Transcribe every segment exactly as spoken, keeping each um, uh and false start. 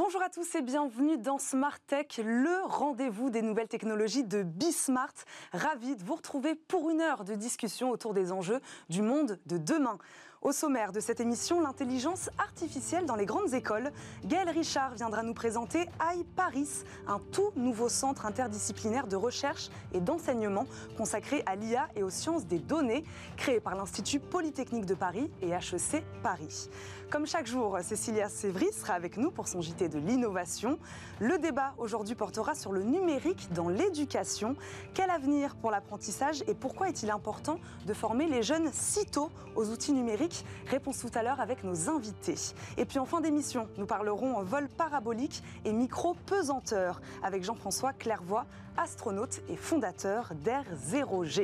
Bonjour à tous et bienvenue dans Smart Tech, le rendez-vous des nouvelles technologies de Bismart. Ravi de vous retrouver pour une heure de discussion autour des enjeux du monde de demain. Au sommaire de cette émission, l'intelligence artificielle dans les grandes écoles. Gaël Richard viendra nous présenter iParis, un tout nouveau centre interdisciplinaire de recherche et d'enseignement consacré à l'I A et aux sciences des données, créé par l'Institut Polytechnique de Paris et H E C Paris. Comme chaque jour, Cécilia Sévry sera avec nous pour son J T de l'innovation. Le débat aujourd'hui portera sur le numérique dans l'éducation. Quel avenir pour l'apprentissage et pourquoi est-il important de former les jeunes si tôt aux outils numériques? Réponse tout à l'heure avec nos invités. Et puis en fin d'émission, nous parlerons vol parabolique et micro-pesanteur avec Jean-François Clairvoy, astronaute et fondateur d'Air zéro G.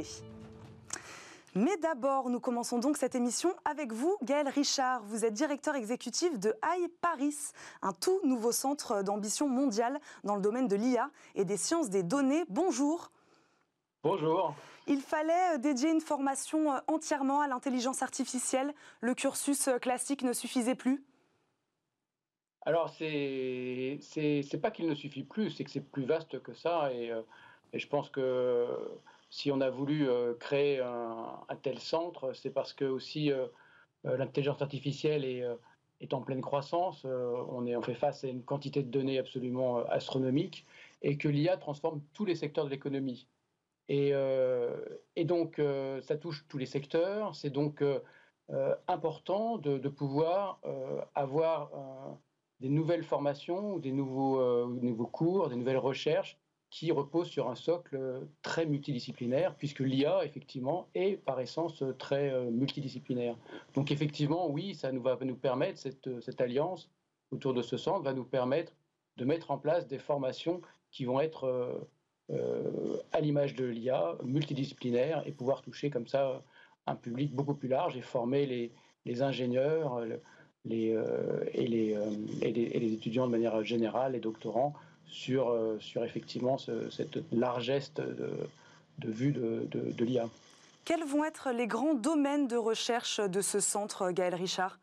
Mais d'abord, nous commençons donc cette émission avec vous, Gaël Richard. Vous êtes directeur exécutif de iParis, un tout nouveau centre d'ambition mondiale dans le domaine de l'I A et des sciences des données. Bonjour. Bonjour. Il fallait dédier une formation entièrement à l'intelligence artificielle. Le cursus classique ne suffisait plus? Alors, c'est c'est pas qu'il ne suffit plus, c'est que c'est plus vaste que ça. Et, euh, et je pense que si on a voulu euh, créer un, un tel centre, c'est parce que aussi euh, l'intelligence artificielle est, euh, est en pleine croissance. Euh, on, est, on fait face à une quantité de données absolument astronomique et que l'I A transforme tous les secteurs de l'économie. Et, euh, et donc, euh, ça touche tous les secteurs. C'est donc euh, euh, important de, de pouvoir euh, avoir euh, des nouvelles formations, des nouveaux, euh, nouveaux cours, des nouvelles recherches qui reposent sur un socle très multidisciplinaire, puisque l'I A, effectivement, est par essence très euh, multidisciplinaire. Donc, effectivement, oui, ça nous va nous permettre, cette, cette alliance autour de ce centre va nous permettre de mettre en place des formations qui vont être euh, Euh, à l'image de l'I A, multidisciplinaire, et pouvoir toucher comme ça un public beaucoup plus large et former les, les ingénieurs les, euh, et, les, euh, et, les, et les étudiants de manière générale, les doctorants, sur, euh, sur effectivement ce, cette largesse de, de vue de, de, de l'I A. Quels vont être les grands domaines de recherche de ce centre, Gaël Richard?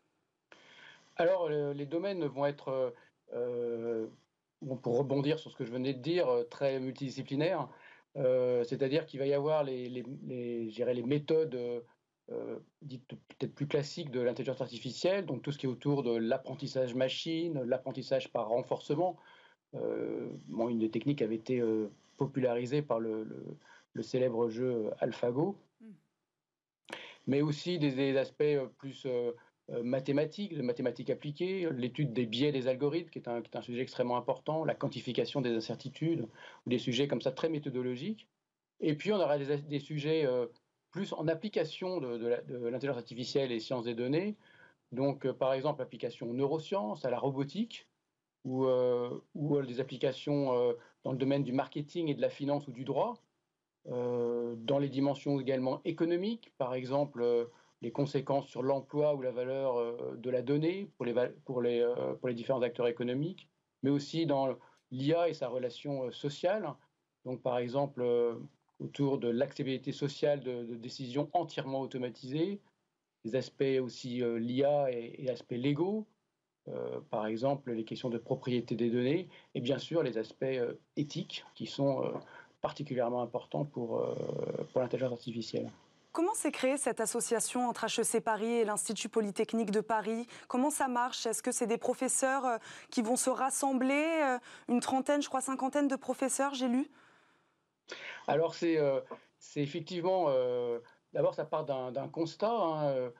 Alors, euh, les domaines vont être... Euh, Bon, pour rebondir sur ce que je venais de dire, très multidisciplinaire, euh, c'est-à-dire qu'il va y avoir les, les, les, je dirais les méthodes euh, dites peut-être plus classiques de l'intelligence artificielle, donc tout ce qui est autour de l'apprentissage machine, l'apprentissage par renforcement. Euh, bon, une des techniques avait été euh, popularisée par le, le, le célèbre jeu AlphaGo, mm. mais aussi des, des aspects plus... Euh, Euh, mathématiques, de mathématiques appliquées, l'étude des biais des algorithmes, qui est, un, qui est un sujet extrêmement important, la quantification des incertitudes, ou des sujets comme ça très méthodologiques. Et puis on aura des, des sujets euh, plus en application de, de, de l'intelligence artificielle et sciences des données, donc euh, par exemple l'application aux neurosciences, à la robotique, ou, euh, ou euh, des applications euh, dans le domaine du marketing et de la finance ou du droit, euh, dans les dimensions également économiques, par exemple... Euh, les conséquences sur l'emploi ou la valeur euh, de la donnée pour les, pour, les, euh, pour les différents acteurs économiques, mais aussi dans l'I A et sa relation euh, sociale. Donc, par exemple, euh, autour de l'acceptabilité sociale de, de décisions entièrement automatisées, des aspects aussi euh, l'I A et, et aspects légaux, euh, par exemple les questions de propriété des données, et bien sûr les aspects euh, éthiques qui sont euh, particulièrement importants pour, euh, pour l'intelligence artificielle. Comment s'est créée cette association entre H E C Paris et l'Institut Polytechnique de Paris? Comment ça marche? Est-ce que c'est des professeurs qui vont se rassembler? Une trentaine, je crois cinquantaine de professeurs, j'ai lu. Alors c'est euh, c'est effectivement... Euh, d'abord, ça part d'un constat, hein,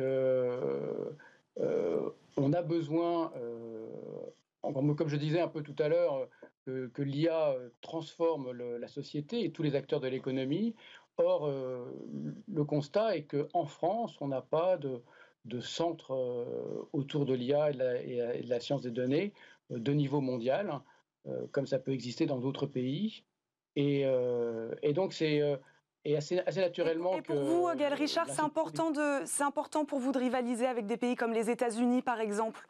que euh, on a besoin, euh, comme je disais un peu tout à l'heure, que, que l'I A transforme le, la société et tous les acteurs de l'économie. Or, euh, le constat est qu'en France, on n'a pas de, de centre euh, autour de l'I A et, et, et de la science des données euh, de niveau mondial, euh, comme ça peut exister dans d'autres pays. Et, euh, et donc, c'est euh, assez, assez naturellement et, et pour que... vous, Gaël Richard, c'est important, de, c'est important pour vous de rivaliser avec des pays comme les États-Unis, par exemple?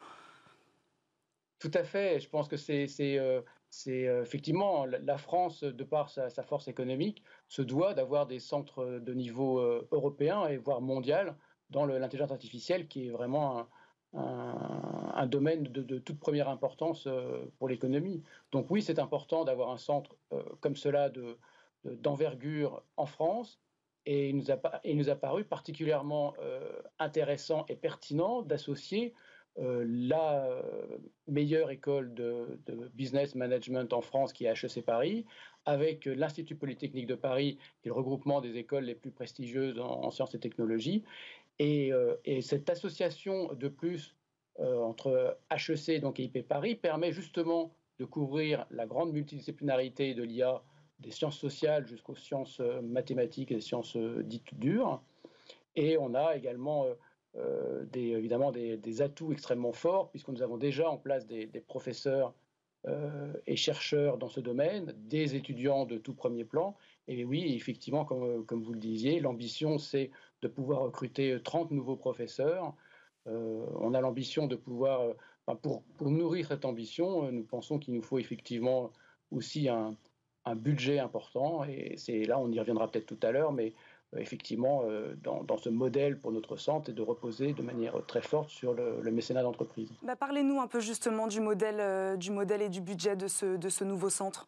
Tout à fait. Je pense que c'est euh, euh, effectivement la France, de par sa, sa force économique, se doit d'avoir des centres de niveau euh, européen et voire mondial dans l'intelligence artificielle, qui est vraiment un, un, un domaine de, de toute première importance euh, pour l'économie. Donc oui, c'est important d'avoir un centre euh, comme cela de, de, d'envergure en France. Et il nous a, il nous a paru particulièrement euh, intéressant et pertinent d'associer euh, la euh, meilleure école de, de business management en France, qui est H E C Paris, avec l'Institut Polytechnique de Paris, qui est le regroupement des écoles les plus prestigieuses en, en sciences et technologies. Et, euh, et cette association de plus euh, entre H E C donc, et I P Paris permet justement de couvrir la grande multidisciplinarité de l'I A, des sciences sociales jusqu'aux sciences mathématiques et des sciences dites dures. Et on a également euh, des, évidemment des, des atouts extrêmement forts, puisque nous avons déjà en place des, des professeurs euh, et chercheurs dans ce domaine, des étudiants de tout premier plan. Et oui, effectivement, comme, comme vous le disiez, l'ambition, c'est de pouvoir recruter trente nouveaux professeurs. Euh, on a l'ambition de pouvoir, euh, enfin pour, pour nourrir cette ambition, nous pensons qu'il nous faut effectivement aussi un un budget important, et c'est là, on y reviendra peut-être tout à l'heure, mais euh, effectivement, euh, dans, dans ce modèle pour notre centre, et de reposer de manière très forte sur le, le mécénat d'entreprise. Bah, parlez-nous un peu justement du modèle, euh, du modèle et du budget de ce, de ce nouveau centre.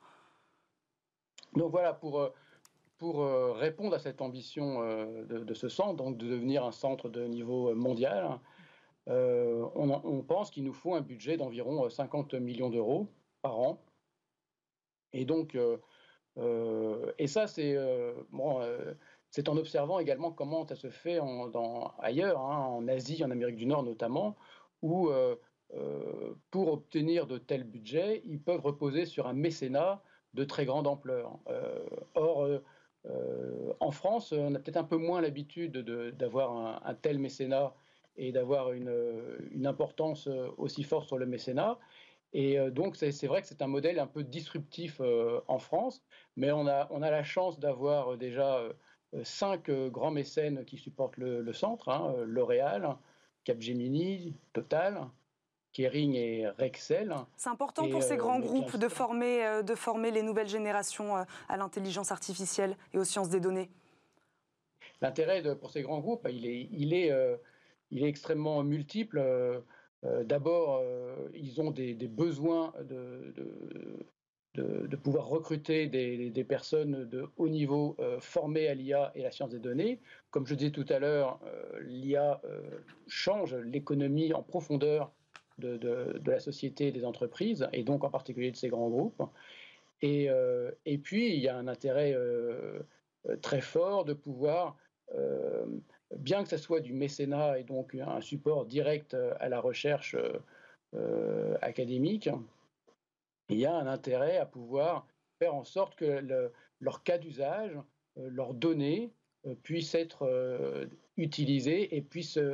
Donc voilà, pour, pour répondre à cette ambition de, de ce centre, donc de devenir un centre de niveau mondial, euh, on, on pense qu'il nous faut un budget d'environ cinquante millions d'euros par an. Et donc, euh, euh, et ça, c'est euh, bon, euh, c'est en observant également comment ça se fait en, dans, ailleurs, hein, en Asie, en Amérique du Nord notamment, où euh, euh, pour obtenir de tels budgets, ils peuvent reposer sur un mécénat de très grande ampleur. Euh, or, euh, euh, en France, on a peut-être un peu moins l'habitude d'avoir un, un tel mécénat et d'avoir une, une importance aussi forte sur le mécénat. Et donc, c'est vrai que c'est un modèle un peu disruptif euh, en France, mais on a, on a la chance d'avoir déjà euh, cinq euh, grands mécènes qui supportent le, le centre, hein, L'Oréal, Capgemini, Total, Kering et Rexel. C'est important et, pour ces euh, grands groupes de former, euh, de former les nouvelles générations euh, à l'intelligence artificielle et aux sciences des données. L'intérêt pour ces grands groupes, il est, il est, euh, il est extrêmement multiple. Euh, Euh, D'abord, euh, ils ont des, des besoins de, de, de, de pouvoir recruter des, des, personnes de haut niveau euh, formées à l'I A et la science des données. Comme je disais tout à l'heure, euh, l'I A euh, change l'économie en profondeur de, de, de la société et des entreprises, et donc en particulier de ces grands groupes. Et, euh, et puis, il y a un intérêt euh, très fort de pouvoir... Euh, bien que ce soit du mécénat et donc un support direct à la recherche euh, académique, il y a un intérêt à pouvoir faire en sorte que le, leur cas d'usage, euh, leurs données euh, puissent être euh, utilisées et puissent euh,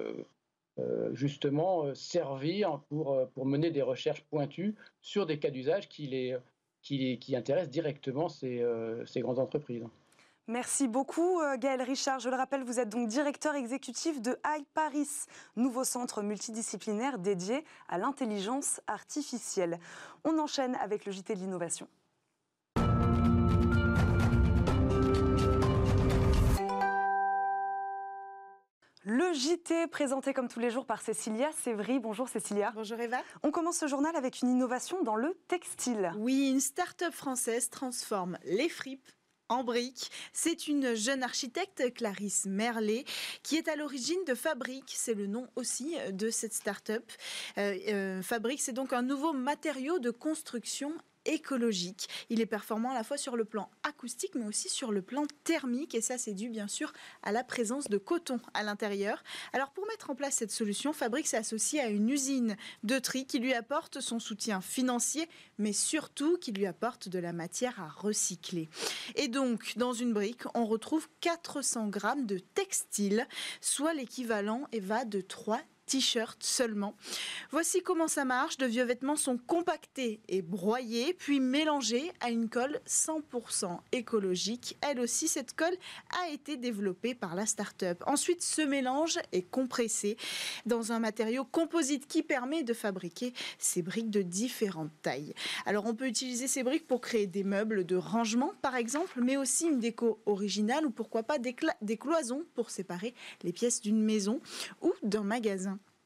euh, justement servir pour, pour mener des recherches pointues sur des cas d'usage qui, les, qui, les, qui intéressent directement ces, euh, ces grandes entreprises. Merci beaucoup Gaël Richard. Je le rappelle, vous êtes donc directeur exécutif de iParis, nouveau centre multidisciplinaire dédié à l'intelligence artificielle. On enchaîne avec le J T de l'innovation. Le J T présenté comme tous les jours par Cécilia Sévry. Bonjour Cécilia. Bonjour Eva. On commence ce journal avec une innovation dans le textile. Oui, une start-up française transforme les fripes en briques. C'est une jeune architecte, Clarisse Merlet, qui est à l'origine de Fabrique. C'est le nom aussi de cette start-up. Euh, euh, Fabrique, c'est donc un nouveau matériau de construction écologique. Il est performant à la fois sur le plan acoustique mais aussi sur le plan thermique, et ça c'est dû bien sûr à la présence de coton à l'intérieur. Alors pour mettre en place cette solution, Fabrique s'est associé à une usine de tri qui lui apporte son soutien financier mais surtout qui lui apporte de la matière à recycler. Et donc dans une brique on retrouve quatre cents grammes de textile, soit l'équivalent, Eva, de trois t-shirt seulement. Voici comment ça marche. De vieux vêtements sont compactés et broyés, puis mélangés à une colle cent pour cent écologique. Elle aussi, cette colle a été développée par la start-up. Ensuite, ce mélange est compressé dans un matériau composite qui permet de fabriquer ces briques de différentes tailles. Alors, on peut utiliser ces briques pour créer des meubles de rangement, par exemple, mais aussi une déco originale ou pourquoi pas des, cla- des cloisons pour séparer les pièces d'une maison ou d'un magasin.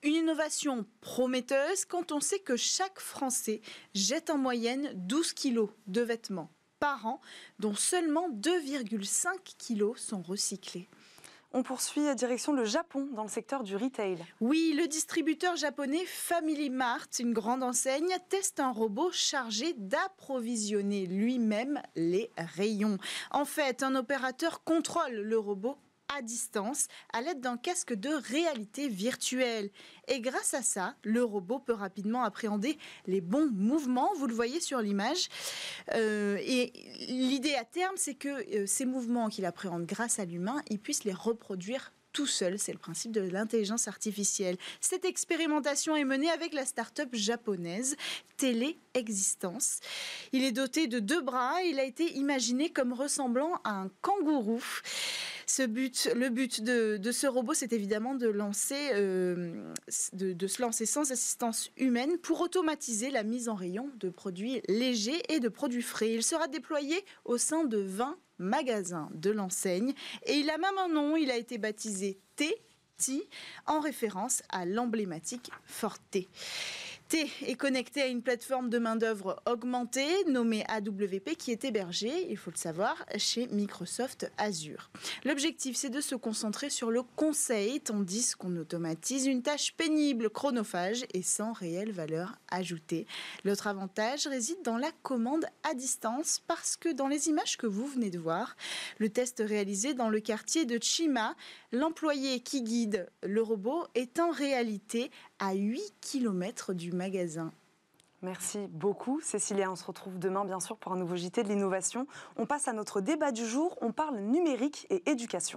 Une innovation prometteuse quand on sait que chaque Français jette en moyenne douze kilos de vêtements par an, dont seulement deux virgule cinq kilos sont recyclés. On poursuit direction le Japon dans le secteur du retail. Oui, le distributeur japonais Family Mart, une grande enseigne, teste un robot chargé d'approvisionner lui-même les rayons. En fait, un opérateur contrôle le robot à distance à l'aide d'un casque de réalité virtuelle. Et grâce à ça, le robot peut rapidement appréhender les bons mouvements. Vous le voyez sur l'image. Euh, et l'idée à terme, c'est que euh, ces mouvements qu'il appréhende grâce à l'humain, il puisse les reproduire tout seul. C'est le principe de l'intelligence artificielle. Cette expérimentation est menée avec la start-up japonaise Téléexistence. Il est doté de deux bras. Il a été imaginé comme ressemblant à un kangourou. Ce but, le but de, de ce robot, c'est évidemment de, lancer, euh, de, de se lancer sans assistance humaine pour automatiser la mise en rayon de produits légers et de produits frais. Il sera déployé au sein de vingt magasins de l'enseigne et il a même un nom, il a été baptisé T-T en référence à l'emblématique Forte. T est connecté à une plateforme de main-d'œuvre augmentée nommée A W P qui est hébergée, il faut le savoir, chez Microsoft Azure. L'objectif, c'est de se concentrer sur le conseil tandis qu'on automatise une tâche pénible, chronophage et sans réelle valeur ajoutée. L'autre avantage réside dans la commande à distance parce que dans les images que vous venez de voir, le test réalisé dans le quartier de Chima, l'employé qui guide le robot est en réalité à huit kilomètres du magasin. Merci beaucoup, Cécilia. On se retrouve demain, bien sûr, pour un nouveau J T de l'innovation. On passe à notre débat du jour. On parle numérique et éducation.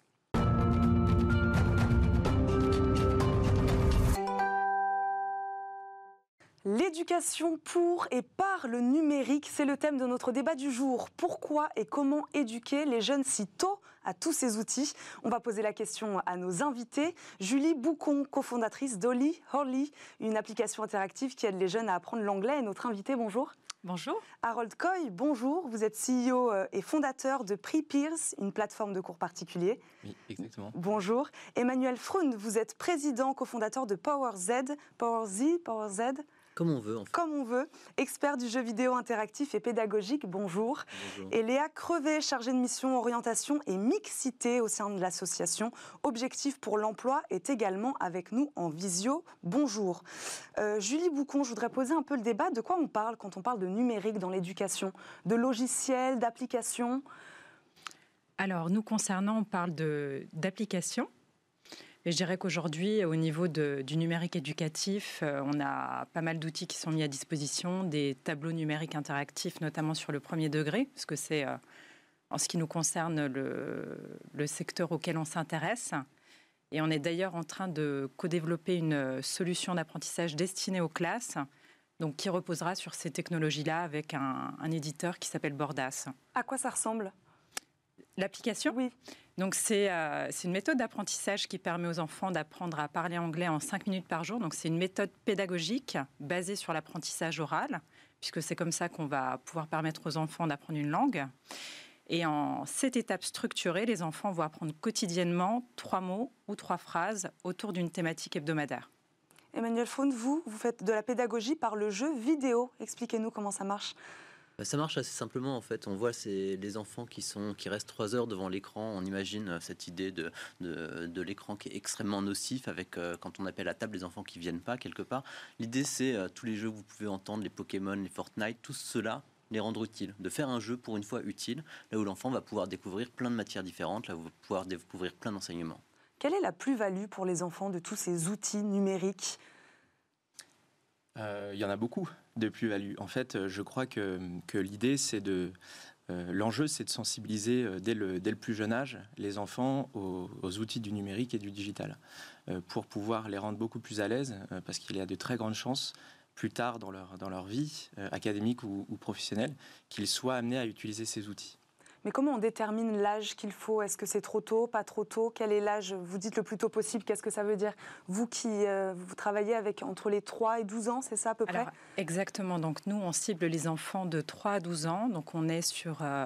L'éducation pour et par le numérique, c'est le thème de notre débat du jour. Pourquoi et comment éduquer les jeunes si tôt à tous ces outils? On va poser la question à nos invités. Julie Boucon, cofondatrice d'Holly Horly, une application interactive qui aide les jeunes à apprendre l'anglais. Et notre invité, bonjour. Bonjour. Harold Coy, bonjour. Vous êtes C E O et fondateur de Pre-Peers, une plateforme de cours particuliers. Oui, exactement. Bonjour. Emmanuel Freund, vous êtes président, cofondateur de PowerZ. PowerZ, PowerZ. Comme on veut, en fait. Comme on veut. Expert du jeu vidéo interactif et pédagogique, bonjour. Bonjour. Et Léa Crevet, chargée de mission orientation et mixité au sein de l'association Objectif pour l'emploi, est également avec nous en visio. Bonjour. Euh, Julie Boucon, je voudrais poser un peu le débat. De quoi on parle quand on parle de numérique dans l'éducation? De logiciels, d'applications? Alors, nous concernant, on parle de, d'applications. Et je dirais qu'aujourd'hui, au niveau de, du numérique éducatif, euh, on a pas mal d'outils qui sont mis à disposition, des tableaux numériques interactifs, notamment sur le premier degré, parce que c'est, euh, en ce qui nous concerne, le, le secteur auquel on s'intéresse. Et on est d'ailleurs en train de co-développer une solution d'apprentissage destinée aux classes, donc qui reposera sur ces technologies-là avec un, un éditeur qui s'appelle Bordas. À quoi ça ressemble ? L'application ? Oui. Donc c'est, euh, c'est une méthode d'apprentissage qui permet aux enfants d'apprendre à parler anglais en cinq minutes par jour. Donc c'est une méthode pédagogique basée sur l'apprentissage oral, puisque c'est comme ça qu'on va pouvoir permettre aux enfants d'apprendre une langue. Et en cette étape structurée, les enfants vont apprendre quotidiennement trois mots ou trois phrases autour d'une thématique hebdomadaire. Emmanuel Freund, vous, vous faites de la pédagogie par le jeu vidéo. Expliquez-nous comment ça marche. Ça marche assez simplement en fait. On voit c'est les enfants qui, sont, qui restent trois heures devant l'écran. On imagine cette idée de, de, de l'écran qui est extrêmement nocif avec, euh, quand on appelle à table, les enfants qui ne viennent pas quelque part. L'idée c'est euh, tous les jeux que vous pouvez entendre, les Pokémon, les Fortnite, tout cela, les rendre utiles. De faire un jeu pour une fois utile, là où l'enfant va pouvoir découvrir plein de matières différentes, là où il va pouvoir découvrir plein d'enseignements. Quelle est la plus-value pour les enfants de tous ces outils numériques ? Il euh, y en a beaucoup de plus-value. En fait, je crois que, que l'idée, c'est de... Euh, l'enjeu, c'est de sensibiliser euh, dès, le, dès le plus jeune âge les enfants aux, aux outils du numérique et du digital euh, pour pouvoir les rendre beaucoup plus à l'aise euh, parce qu'il y a de très grandes chances plus tard dans leur, dans leur vie euh, académique ou, ou professionnelle qu'ils soient amenés à utiliser ces outils. Mais comment on détermine l'âge qu'il faut? Est-ce que c'est trop tôt, pas trop tôt? Quel est l'âge? Vous dites le plus tôt possible, qu'est-ce que ça veut dire? Vous qui euh, vous travaillez avec entre les trois et douze ans, c'est ça à peu près? Alors, exactement, donc nous on cible les enfants de trois à douze ans, donc on est sur euh,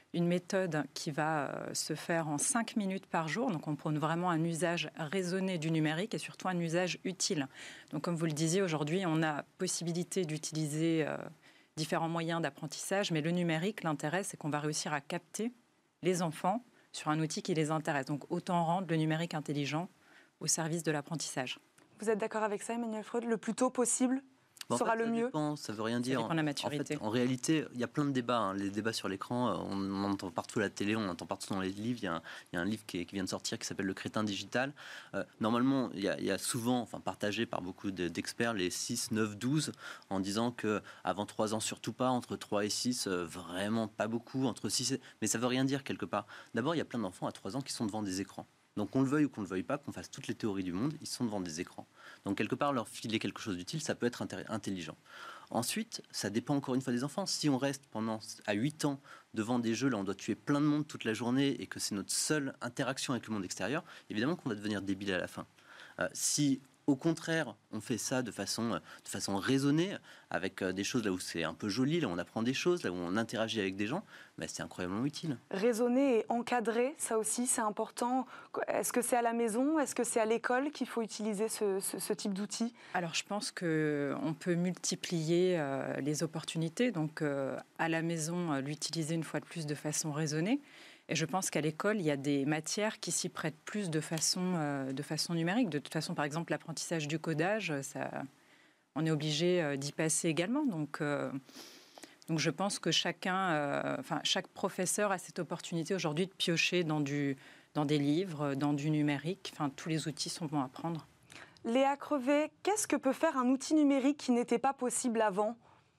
une méthode qui va euh, se faire en cinq minutes par jour. Donc, on prône vraiment un usage raisonné du numérique et surtout un usage utile. Donc, comme vous le disiez, aujourd'hui, on a possibilité d'utiliser euh, différents moyens d'apprentissage, mais le numérique, l'intérêt, c'est qu'on va réussir à capter les enfants sur un outil qui les intéresse. Donc, autant rendre le numérique intelligent au service de l'apprentissage. Vous êtes d'accord avec ça, Emmanuel Freud? Le plus tôt possible Bon, sera en fait, le ça mieux dépend, ça veut rien dire. Ça dépend de la maturité. En, fait, en réalité, il y a plein de débats. Hein. Les débats sur l'écran, on, on entend partout à la télé, on entend partout dans les livres. Il y a un, il y a un livre qui, est, qui vient de sortir qui s'appelle Le Crétin digital. Euh, normalement, il y, a, il y a souvent, enfin partagé par beaucoup de, d'experts, les six, neuf, douze, en disant qu'avant trois ans, surtout pas, entre trois et six, euh, vraiment pas beaucoup, entre six et... Mais ça veut rien dire quelque part. D'abord, il y a plein d'enfants à trois ans qui sont devant des écrans. Donc qu'on le veuille ou qu'on ne le veuille pas, qu'on fasse toutes les théories du monde, ils sont devant des écrans. Donc quelque part, leur filer quelque chose d'utile, ça peut être intelligent. Ensuite, ça dépend encore une fois des enfants. Si on reste pendant à huit ans devant des jeux, là on doit tuer plein de monde toute la journée et que c'est notre seule interaction avec le monde extérieur, évidemment qu'on va devenir débile à la fin. Euh, si au contraire on fait ça de façon, de façon raisonnée, avec des choses là où c'est un peu joli, là où on apprend des choses, là où on interagit avec des gens, bah, c'est incroyablement utile. Raisonner et encadrer, ça aussi c'est important. Est-ce que c'est à la maison? Est-ce que c'est à l'école qu'il faut utiliser ce, ce, ce type d'outils? Alors je pense qu'on peut multiplier euh, les opportunités. Donc euh, à la maison, euh, l'utiliser une fois de plus de façon raisonnée. Et je pense qu'à l'école, il y a des matières qui s'y prêtent plus de façon, euh, de façon numérique. De toute façon, par exemple, l'apprentissage du codage, ça, on est obligé euh, d'y passer également. Donc, euh, donc je pense que chacun, euh, enfin, chaque professeur a cette opportunité aujourd'hui de piocher dans, du, dans des livres, dans du numérique. Enfin, tous les outils sont bons à prendre. Léa Crevet, qu'est-ce que peut faire un outil numérique qui n'était pas possible avant?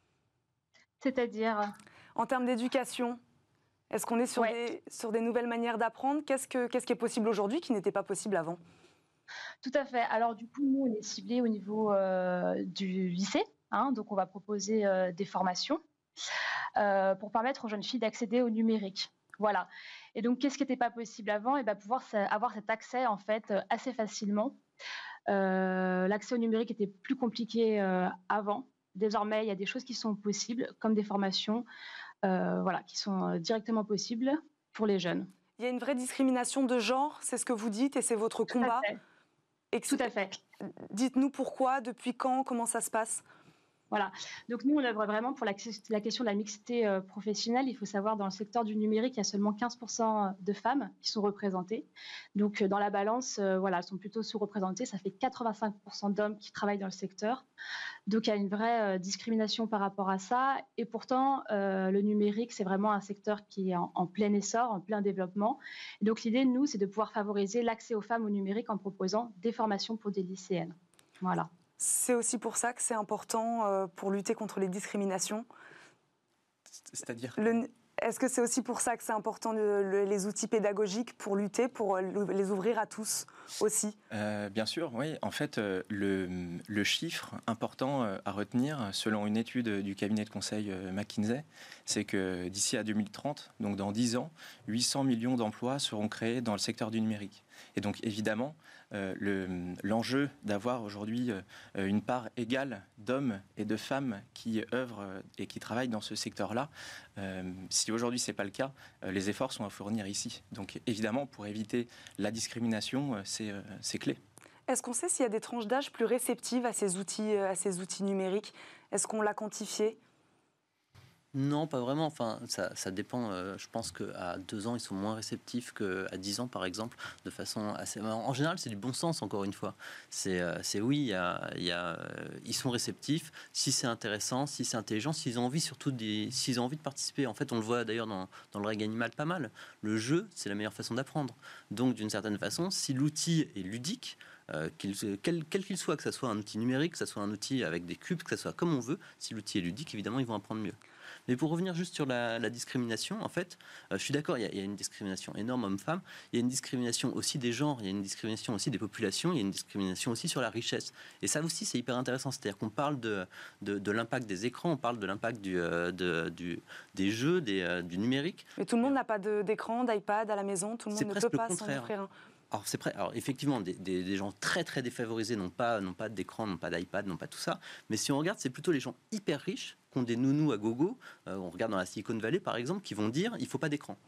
C'est-à-dire? En termes d'éducation? Est-ce qu'on est sur, ouais. des, sur des nouvelles manières d'apprendre? Qu'est-ce, que, qu'est-ce qui est possible aujourd'hui qui n'était pas possible avant? Tout à fait. Alors du coup, nous, on est ciblé au niveau euh, du lycée. Hein, donc, on va proposer euh, des formations euh, pour permettre aux jeunes filles d'accéder au numérique. Voilà. Et donc, qu'est-ce qui n'était pas possible avant? Et bien, pouvoir avoir cet accès, en fait, assez facilement. Euh, l'accès au numérique était plus compliqué euh, avant. Désormais, il y a des choses qui sont possibles, comme des formations, Euh, voilà, qui sont directement possibles pour les jeunes. Il y a une vraie discrimination de genre, c'est ce que vous dites et c'est votre Tout combat. À fait. Et Tout à fait. Dites-nous pourquoi, depuis quand, comment ça se passe? Voilà. Donc nous, on œuvre vraiment pour la, la question de la mixité euh, professionnelle. Il faut savoir, dans le secteur du numérique, il y a seulement quinze pour cent de femmes qui sont représentées. Donc euh, dans la balance, euh, voilà, elles sont plutôt sous-représentées. Ça fait quatre-vingt-cinq pour cent d'hommes qui travaillent dans le secteur. Donc il y a une vraie euh, discrimination par rapport à ça. Et pourtant, euh, le numérique, c'est vraiment un secteur qui est en, en plein essor, en plein développement. Et donc l'idée, nous, c'est de pouvoir favoriser l'accès aux femmes au numérique en proposant des formations pour des lycéennes. Voilà. C'est aussi pour ça que c'est important euh, pour lutter contre les discriminations. C'est-à-dire le, Est-ce que c'est aussi pour ça que c'est important le, le, les outils pédagogiques pour lutter, pour le, les ouvrir à tous aussi? euh, Bien sûr, oui. En fait, euh, le, le chiffre important euh, à retenir, selon une étude du cabinet de conseil euh, McKinsey, c'est que d'ici à deux mille trente, donc dans dix ans, huit cents millions d'emplois seront créés dans le secteur du numérique. Et donc évidemment, euh, le, l'enjeu d'avoir aujourd'hui euh, une part égale d'hommes et de femmes qui œuvrent et qui travaillent dans ce secteur-là, euh, si aujourd'hui ce n'est pas le cas, euh, les efforts sont à fournir ici. Donc évidemment, pour éviter la discrimination, euh, c'est, euh, c'est clé. Est-ce qu'on sait s'il y a des tranches d'âge plus réceptives à ces outils, à ces outils numériques? Est-ce qu'on l'a quantifié? Non, pas vraiment. Enfin, ça, ça dépend. Euh, je pense qu'à deux ans, ils sont moins réceptifs qu'à dix ans, par exemple, de façon assez... En général, c'est du bon sens, encore une fois. C'est, euh, c'est oui, il y a, il y a, euh, ils sont réceptifs. Si c'est intéressant, si c'est intelligent, s'ils ont envie, surtout, des, s'ils ont envie de participer. En fait, on le voit d'ailleurs dans, dans le règne animal pas mal. Le jeu, c'est la meilleure façon d'apprendre. Donc, d'une certaine façon, si l'outil est ludique, Euh, qu'il, quel, quel qu'il soit, que ce soit un outil numérique, que ce soit un outil avec des cubes, que ce soit comme on veut, si l'outil est ludique, évidemment, ils vont apprendre mieux. Mais pour revenir juste sur la, la discrimination, en fait, euh, je suis d'accord, il y, a, il y a une discrimination énorme homme-femme, il y a une discrimination aussi des genres, il y a une discrimination aussi des populations, il y a une discrimination aussi sur la richesse. Et ça aussi, c'est hyper intéressant, c'est-à-dire qu'on parle de, de, de l'impact des écrans, on parle de l'impact du, euh, de, du, des jeux, des, euh, du numérique. Mais tout le monde n'a pas de, d'écran, d'iPad à la maison, tout le monde c'est ne presque peut pas le s'en contraire. offrir un. Alors, c'est prêt. Alors effectivement, des, des, des gens très très défavorisés n'ont pas, n'ont pas d'écran, n'ont pas d'iPad, n'ont pas tout ça. Mais si on regarde, c'est plutôt les gens hyper riches qui ont des nounous à gogo. Euh, on regarde dans la Silicon Valley par exemple, qui vont dire il faut pas d'écran.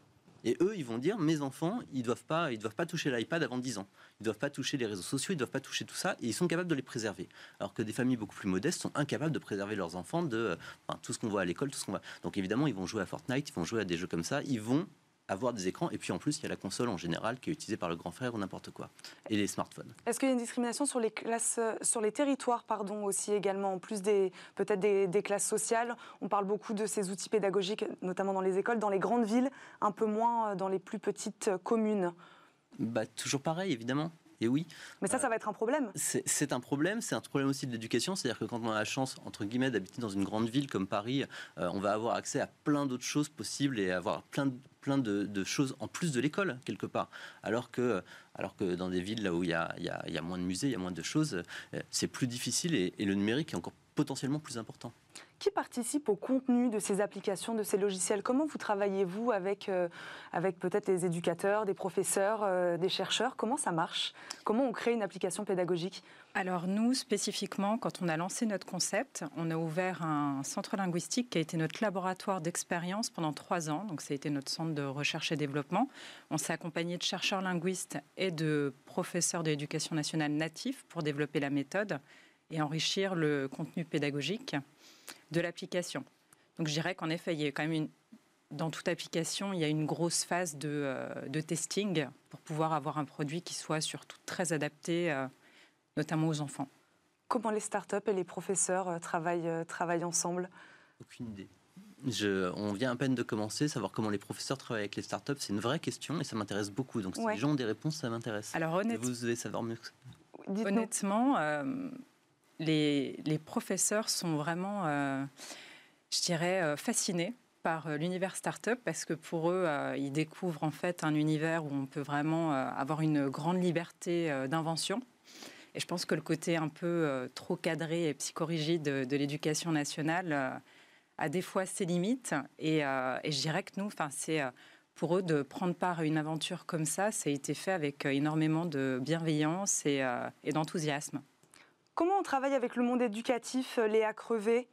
Et eux, ils vont dire, mes enfants, ils ne doivent pas, ils doivent pas toucher l'iPad avant dix ans. Ils ne doivent pas toucher les réseaux sociaux, ils ne doivent pas toucher tout ça, et ils sont capables de les préserver. Alors que des familles beaucoup plus modestes sont incapables de préserver leurs enfants de enfin, tout ce qu'on voit à l'école, tout ce qu'on voit. Donc évidemment, ils vont jouer à Fortnite, ils vont jouer à des jeux comme ça, ils vont avoir des écrans, et puis en plus, il y a la console en général qui est utilisée par le grand frère ou n'importe quoi, et les smartphones. Est-ce qu'il y a une discrimination sur les classes, sur les territoires, pardon, aussi également, en plus des peut-être des, des classes sociales? On parle beaucoup de ces outils pédagogiques, notamment dans les écoles, dans les grandes villes, un peu moins dans les plus petites communes. Bah, toujours pareil, évidemment. Et oui. Mais ça, ça va être un problème. C'est, c'est un problème, c'est un problème aussi de l'éducation. C'est-à-dire que quand on a la chance, entre guillemets, d'habiter dans une grande ville comme Paris, euh, on va avoir accès à plein d'autres choses possibles et avoir plein de, plein de, de choses en plus de l'école, quelque part. Alors que, alors que dans des villes là où il y a, il y a, il y a moins de musées, il y a moins de choses, euh, c'est plus difficile et, et le numérique est encore potentiellement plus important. Qui participe au contenu de ces applications, de ces logiciels? Comment vous travaillez-vous avec, euh, avec peut-être les éducateurs, des professeurs, euh, des chercheurs? Comment ça marche? Comment on crée une application pédagogique? Alors nous, spécifiquement, quand on a lancé notre concept, on a ouvert un centre linguistique qui a été notre laboratoire d'expérience pendant trois ans. Donc ça a été notre centre de recherche et développement. On s'est accompagné de chercheurs linguistes et de professeurs de l'éducation nationale natifs pour développer la méthode et enrichir le contenu pédagogique de l'application. Donc je dirais qu'en effet, il y a quand même une, dans toute application, il y a une grosse phase de, euh, de testing pour pouvoir avoir un produit qui soit surtout très adapté, euh, notamment aux enfants. Comment les startups et les professeurs euh, travaillent, euh, travaillent ensemble? Aucune idée. Je, on vient à peine de commencer, savoir comment les professeurs travaillent avec les startups, c'est une vraie question et ça m'intéresse beaucoup. Donc si ouais. les gens ont des réponses, ça m'intéresse. Alors honnête... vous devez savoir mieux que ça. Dites-nous. Honnêtement, euh, les, les professeurs sont vraiment, euh, je dirais, euh, fascinés par euh, l'univers startup parce que pour eux, euh, ils découvrent en fait un univers où on peut vraiment euh, avoir une grande liberté euh, d'invention. Et je pense que le côté un peu euh, trop cadré et psychorigide de, de l'éducation nationale euh, a des fois ses limites. Et, euh, et je dirais que nous, c'est euh, pour eux de prendre part à une aventure comme ça, ça a été fait avec euh, énormément de bienveillance et, euh, et d'enthousiasme. Comment on travaille avec le monde éducatif, Léa Crevet?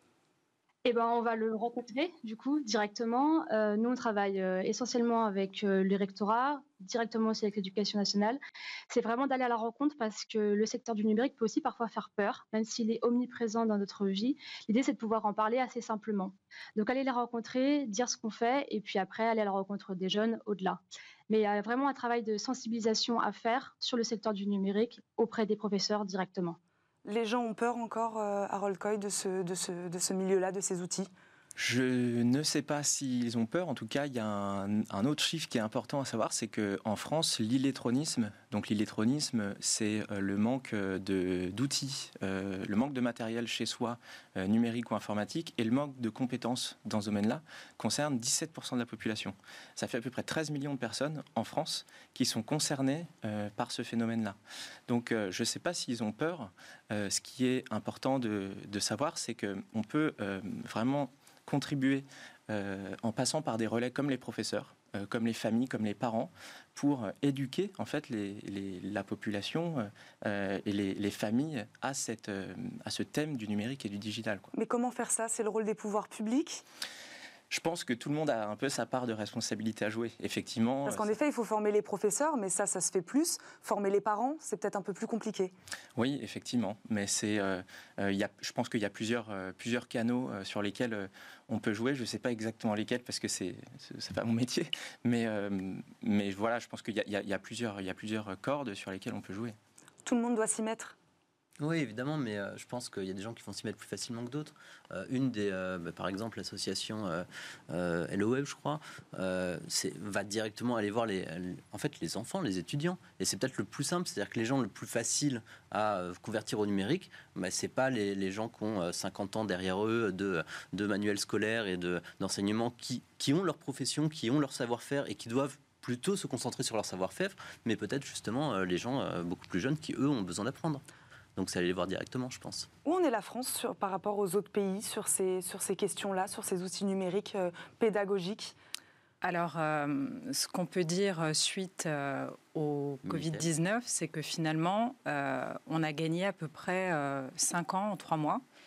Eh ben, on va le rencontrer, du coup, directement. Euh, nous, on travaille euh, essentiellement avec euh, le rectorat, directement aussi avec l'éducation nationale. C'est vraiment d'aller à la rencontre parce que le secteur du numérique peut aussi parfois faire peur, même s'il est omniprésent dans notre vie. L'idée, c'est de pouvoir en parler assez simplement. Donc, aller les rencontrer, dire ce qu'on fait, et puis après, aller à la rencontre des jeunes au-delà. Mais il y a vraiment un travail de sensibilisation à faire sur le secteur du numérique auprès des professeurs directement. Les gens ont peur encore, euh, Harold Coy, de ce, de ce, de ce milieu-là, de ces outils? Je ne sais pas s'ils ont peur. En tout cas, il y a un, un autre chiffre qui est important à savoir, c'est qu'en France, l'illettronisme, donc l'illettronisme, c'est le manque de, d'outils, euh, le manque de matériel chez soi, euh, numérique ou informatique, et le manque de compétences dans ce domaine-là, concerne dix-sept pour cent de la population. Ça fait à peu près treize millions de personnes en France qui sont concernées euh, par ce phénomène-là. Donc, euh, je ne sais pas s'ils ont peur. Euh, ce qui est important de, de savoir, c'est qu'on peut euh, vraiment contribuer euh, en passant par des relais comme les professeurs, euh, comme les familles, comme les parents, pour euh, éduquer en fait les, les, la population euh, et les, les familles à, cette, euh, à ce thème du numérique et du digital, quoi. Mais comment faire ça? C'est le rôle des pouvoirs publics? Je pense que tout le monde a un peu sa part de responsabilité à jouer, effectivement. Parce qu'en ça... effet, il faut former les professeurs, mais ça, ça se fait plus. Former les parents, c'est peut-être un peu plus compliqué. Oui, effectivement. Mais c'est, euh, euh, y a, je pense qu'il y a plusieurs, euh, plusieurs canaux euh, sur lesquels euh, on peut jouer. Je ne sais pas exactement lesquels, parce que c'est, c'est pas mon métier. Mais, euh, mais voilà, je pense qu'il y a, y a, y a plusieurs, y a plusieurs cordes sur lesquelles on peut jouer. Tout le monde doit s'y mettre. Oui, évidemment, mais euh, je pense qu'il y a des gens qui vont s'y mettre plus facilement que d'autres. Euh, une des, euh, bah, par exemple, l'association euh, euh, Hello Web, je crois, euh, c'est, va directement aller voir les, en fait, les enfants, les étudiants. Et c'est peut-être le plus simple, c'est-à-dire que les gens le plus facile à euh, convertir au numérique, bah, c'est pas les, les gens qui ont euh, cinquante ans derrière eux de, de manuels scolaires et de, d'enseignement qui, qui ont leur profession, qui ont leur savoir-faire et qui doivent plutôt se concentrer sur leur savoir-faire, mais peut-être justement euh, les gens euh, beaucoup plus jeunes qui, eux, ont besoin d'apprendre. Donc, c'est aller les voir directement, je pense. Où en est la France sur, par rapport aux autres pays sur ces, sur ces questions-là, sur ces outils numériques euh, pédagogiques? Alors, euh, ce qu'on peut dire suite euh, au covid dix-neuf, c'est que finalement, euh, on a gagné à peu près euh, cinq ans en trois mois.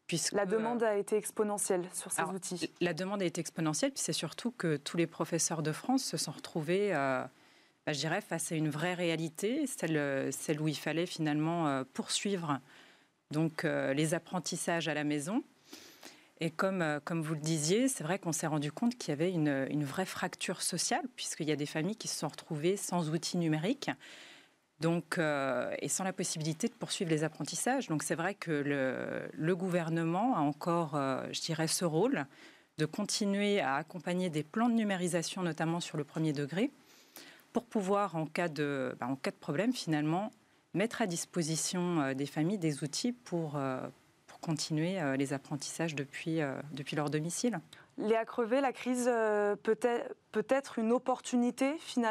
Puisque, la demande a été exponentielle sur ces alors, outils. La demande a été exponentielle, puis c'est surtout que tous les professeurs de France se sont retrouvés, euh, bah, je dirais, face à une vraie réalité, celle, celle où il fallait finalement euh, poursuivre donc, euh, les apprentissages à la maison. Et comme, euh, comme vous le disiez, c'est vrai qu'on s'est rendu compte qu'il y avait une, une vraie fracture sociale, puisqu'il y a des familles qui se sont retrouvées sans outils numériques. Donc, euh, et sans la possibilité de poursuivre les apprentissages. Donc c'est vrai que le, le gouvernement a encore, euh, je dirais, ce rôle de continuer à accompagner des plans de numérisation, notamment sur le premier degré, pour pouvoir, en cas de, bah, en cas de problème, finalement, mettre à disposition euh, des familles des outils pour, euh, pour continuer euh, les apprentissages depuis, euh, depuis leur domicile. Léa Crevet, la crise euh, peut être, peut être une opportunité finalement ?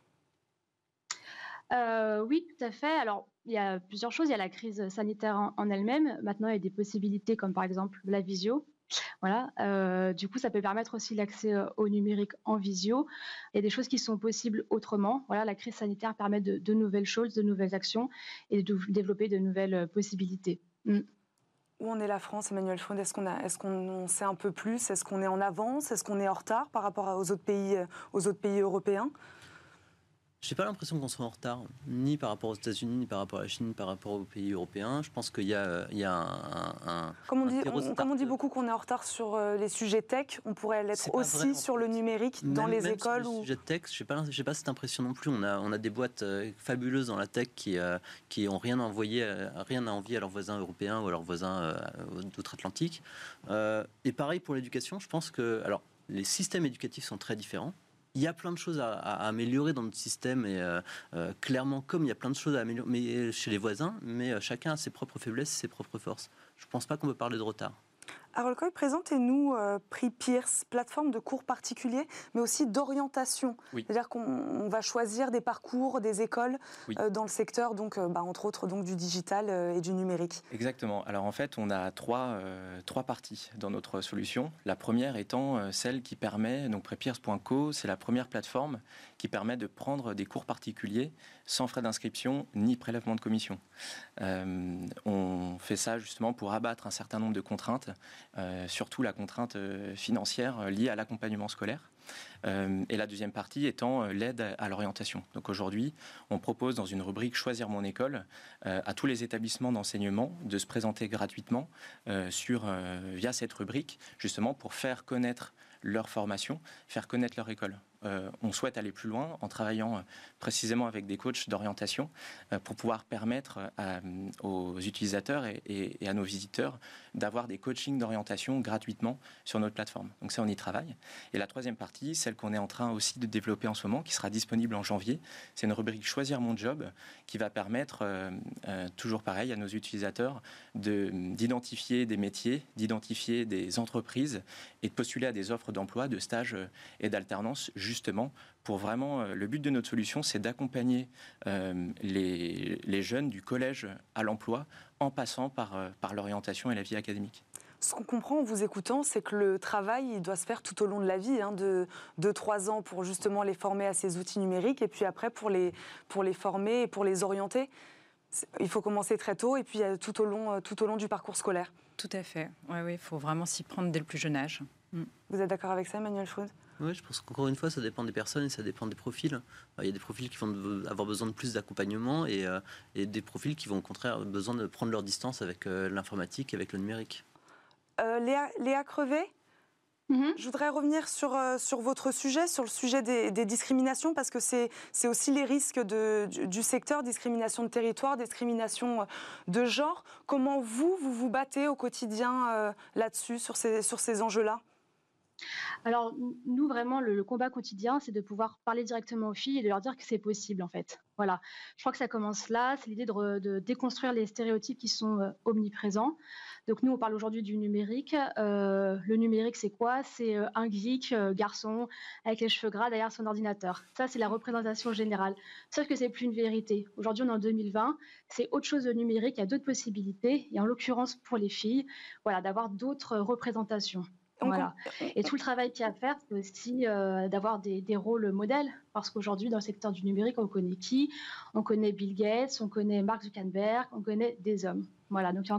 Euh, oui, tout à fait. Alors, il y a plusieurs choses. Il y a la crise sanitaire en, en elle-même. Maintenant, il y a des possibilités comme par exemple la visio. Voilà. Euh, du coup, ça peut permettre aussi l'accès au numérique en visio. Il y a des choses qui sont possibles autrement. Voilà, la crise sanitaire permet de, de nouvelles choses, de nouvelles actions et de développer de nouvelles possibilités. Mm. Où en est la France, Emmanuel Freund ? Est-ce qu'on a, est-ce qu'on sait un peu plus ? Est-ce qu'on est en avance ? Est-ce qu'on est en retard par rapport aux autres pays, aux autres pays européens ? Je n'ai pas l'impression qu'on soit en retard, ni par rapport aux États-Unis, ni par rapport à la Chine, ni par rapport aux pays européens. Je pense qu'il y a, il y a un, un, comme on, un dit, on, comme on dit beaucoup qu'on est en retard sur euh, les sujets tech, on pourrait l'être aussi vrai, sur fait. le numérique même, dans les même écoles. Sur ou... le sujet de tech, je n'ai pas, j'ai pas cette impression non plus. On a, on a des boîtes euh, fabuleuses dans la tech qui euh, qui ont rien à envoyer, euh, rien à envier à leurs voisins européens ou à leurs voisins euh, d'outre-Atlantique. Euh, et pareil pour l'éducation. Je pense que alors les systèmes éducatifs sont très différents. Il y a plein de choses à, à améliorer dans notre système et euh, euh, clairement, comme il y a plein de choses à améliorer mais chez les voisins, mais euh, chacun a ses propres faiblesses et ses propres forces. Je ne pense pas qu'on peut parler de retard. Harold Coy, présentez-nous euh, Prix Pierce, plateforme de cours particuliers, mais aussi d'orientation. Oui. C'est-à-dire qu'on on va choisir des parcours, des écoles oui. euh, dans le secteur, donc, euh, bah, entre autres donc, du digital euh, et du numérique. Exactement. Alors en fait, on a trois, euh, trois parties dans notre solution. La première étant euh, celle qui permet, donc prepierce point co, c'est la première plateforme qui permet de prendre des cours particuliers sans frais d'inscription ni prélèvement de commission. Euh, on fait ça justement pour abattre un certain nombre de contraintes, euh, surtout la contrainte euh, financière liée à l'accompagnement scolaire. Euh, et la deuxième partie étant euh, l'aide à, à l'orientation. Donc aujourd'hui, on propose dans une rubrique Choisir mon école euh, à tous les établissements d'enseignement de se présenter gratuitement euh, sur, euh, via cette rubrique, justement pour faire connaître leur formation, faire connaître leur école. Euh, on souhaite aller plus loin en travaillant euh, précisément avec des coachs d'orientation euh, pour pouvoir permettre à, aux utilisateurs et, et, et à nos visiteurs d'avoir des coachings d'orientation gratuitement sur notre plateforme. Donc ça, on y travaille. Et la troisième partie, celle qu'on est en train aussi de développer en ce moment, qui sera disponible en janvier, c'est une rubrique Choisir mon job qui va permettre, euh, euh, toujours pareil, à nos utilisateurs de, d'identifier des métiers, d'identifier des entreprises et de postuler à des offres d'emploi, de stages et d'alternance justement pour vraiment, euh, le but de notre solution, c'est d'accompagner euh, les, les jeunes du collège à l'emploi en passant par, euh, par l'orientation et la vie académique. Ce qu'on comprend en vous écoutant, c'est que le travail, il doit se faire tout au long de la vie, hein, de deux trois ans pour justement les former à ces outils numériques et puis après pour les, pour les former et pour les orienter. Il faut commencer très tôt et puis tout au long, tout au long du parcours scolaire. Tout à fait. Oui, oui, il faut vraiment s'y prendre dès le plus jeune âge. Mm. Vous êtes d'accord avec ça, Emmanuel Freund ? Oui, je pense qu'encore une fois, ça dépend des personnes et ça dépend des profils. Il y a des profils qui vont avoir besoin de plus d'accompagnement et, euh, et des profils qui vont au contraire avoir besoin de prendre leur distance avec euh, l'informatique et avec le numérique. Euh, Léa, Léa Crevet, mm-hmm. je voudrais revenir sur, euh, sur votre sujet, sur le sujet des, des discriminations, parce que c'est, c'est aussi les risques de, du, du secteur, discrimination de territoire, discrimination de genre. Comment vous, vous vous battez au quotidien euh, là-dessus, sur ces, sur ces enjeux-là ? Alors, nous, vraiment, le, le combat quotidien, c'est de pouvoir parler directement aux filles et de leur dire que c'est possible, en fait. Voilà. Je crois que ça commence là. C'est l'idée de, de déconstruire les stéréotypes qui sont euh, omniprésents. Donc, nous, on parle aujourd'hui du numérique. Euh, le numérique, c'est quoi ? C'est euh, un geek, euh, garçon, avec les cheveux gras derrière son ordinateur. Ça, c'est la représentation générale. Sauf que c'est plus une vérité. Aujourd'hui, on est en deux mille vingt. C'est autre chose de numérique. Il y a d'autres possibilités. Et en l'occurrence, pour les filles, voilà, d'avoir d'autres représentations. Voilà. Et tout le travail qu'il y a à faire, c'est aussi euh, d'avoir des, des rôles modèles. Parce qu'aujourd'hui, dans le secteur du numérique, on connaît qui ? On connaît Bill Gates, on connaît Mark Zuckerberg, on connaît des hommes. Voilà. Donc, il y a encore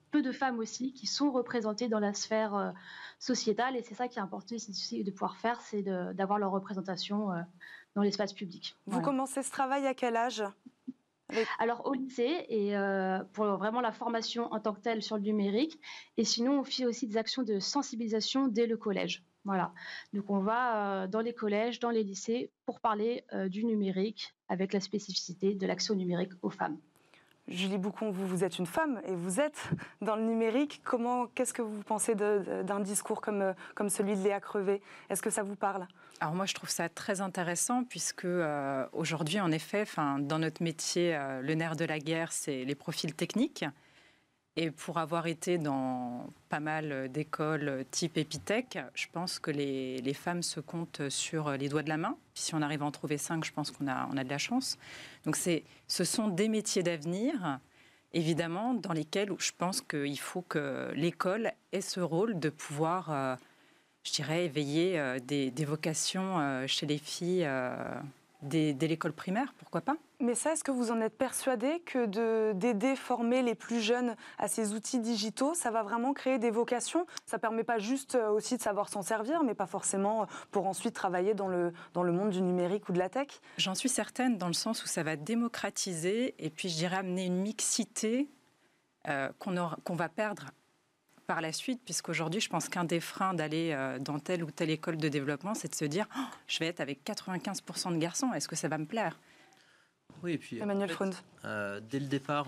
peu de femmes aussi qui sont représentées dans la sphère euh, sociétale, et c'est ça qui est important ici de pouvoir faire, c'est de, d'avoir leur représentation euh, dans l'espace public. Vous Voilà. commencez ce travail à quel âge? Avec... Alors au lycée, et euh, pour vraiment la formation en tant que telle sur le numérique, et sinon on fait aussi des actions de sensibilisation dès le collège. Voilà. Donc on va euh, dans les collèges, dans les lycées pour parler euh, du numérique avec la spécificité de l'accès au numérique aux femmes. Julie Boucon, vous, vous êtes une femme et vous êtes dans le numérique. Comment, qu'est-ce que vous pensez de, de, d'un discours comme, comme celui de Léa Crevet? Est-ce que ça vous parle? Alors moi, je trouve ça très intéressant puisque euh, aujourd'hui, en effet, dans notre métier, euh, le nerf de la guerre, c'est les profils techniques. Et pour avoir été dans pas mal d'écoles type Epitech, je pense que les, les femmes se comptent sur les doigts de la main. Puis si on arrive à en trouver cinq, je pense qu'on a, on a de la chance. Donc c'est, ce sont des métiers d'avenir, évidemment, dans lesquels je pense qu'il faut que l'école ait ce rôle de pouvoir, euh, je dirais, éveiller euh, des, des vocations euh, chez les filles euh, dès, dès l'école primaire, pourquoi pas? Mais ça, est-ce que vous en êtes persuadé que de, d'aider, former les plus jeunes à ces outils digitaux, ça va vraiment créer des vocations? Ça ne permet pas juste aussi de savoir s'en servir, mais pas forcément pour ensuite travailler dans le, dans le monde du numérique ou de la tech? J'en suis certaine, dans le sens où ça va démocratiser et puis je dirais amener une mixité euh, qu'on, aura, qu'on va perdre par la suite, puisqu'aujourd'hui, je pense qu'un des freins d'aller euh, dans telle ou telle école de développement, c'est de se dire oh, « je vais être avec quatre-vingt-quinze pour cent de garçons, est-ce que ça va me plaire ?» Oui, et puis Emmanuel en Freund. fait, euh, dès le départ,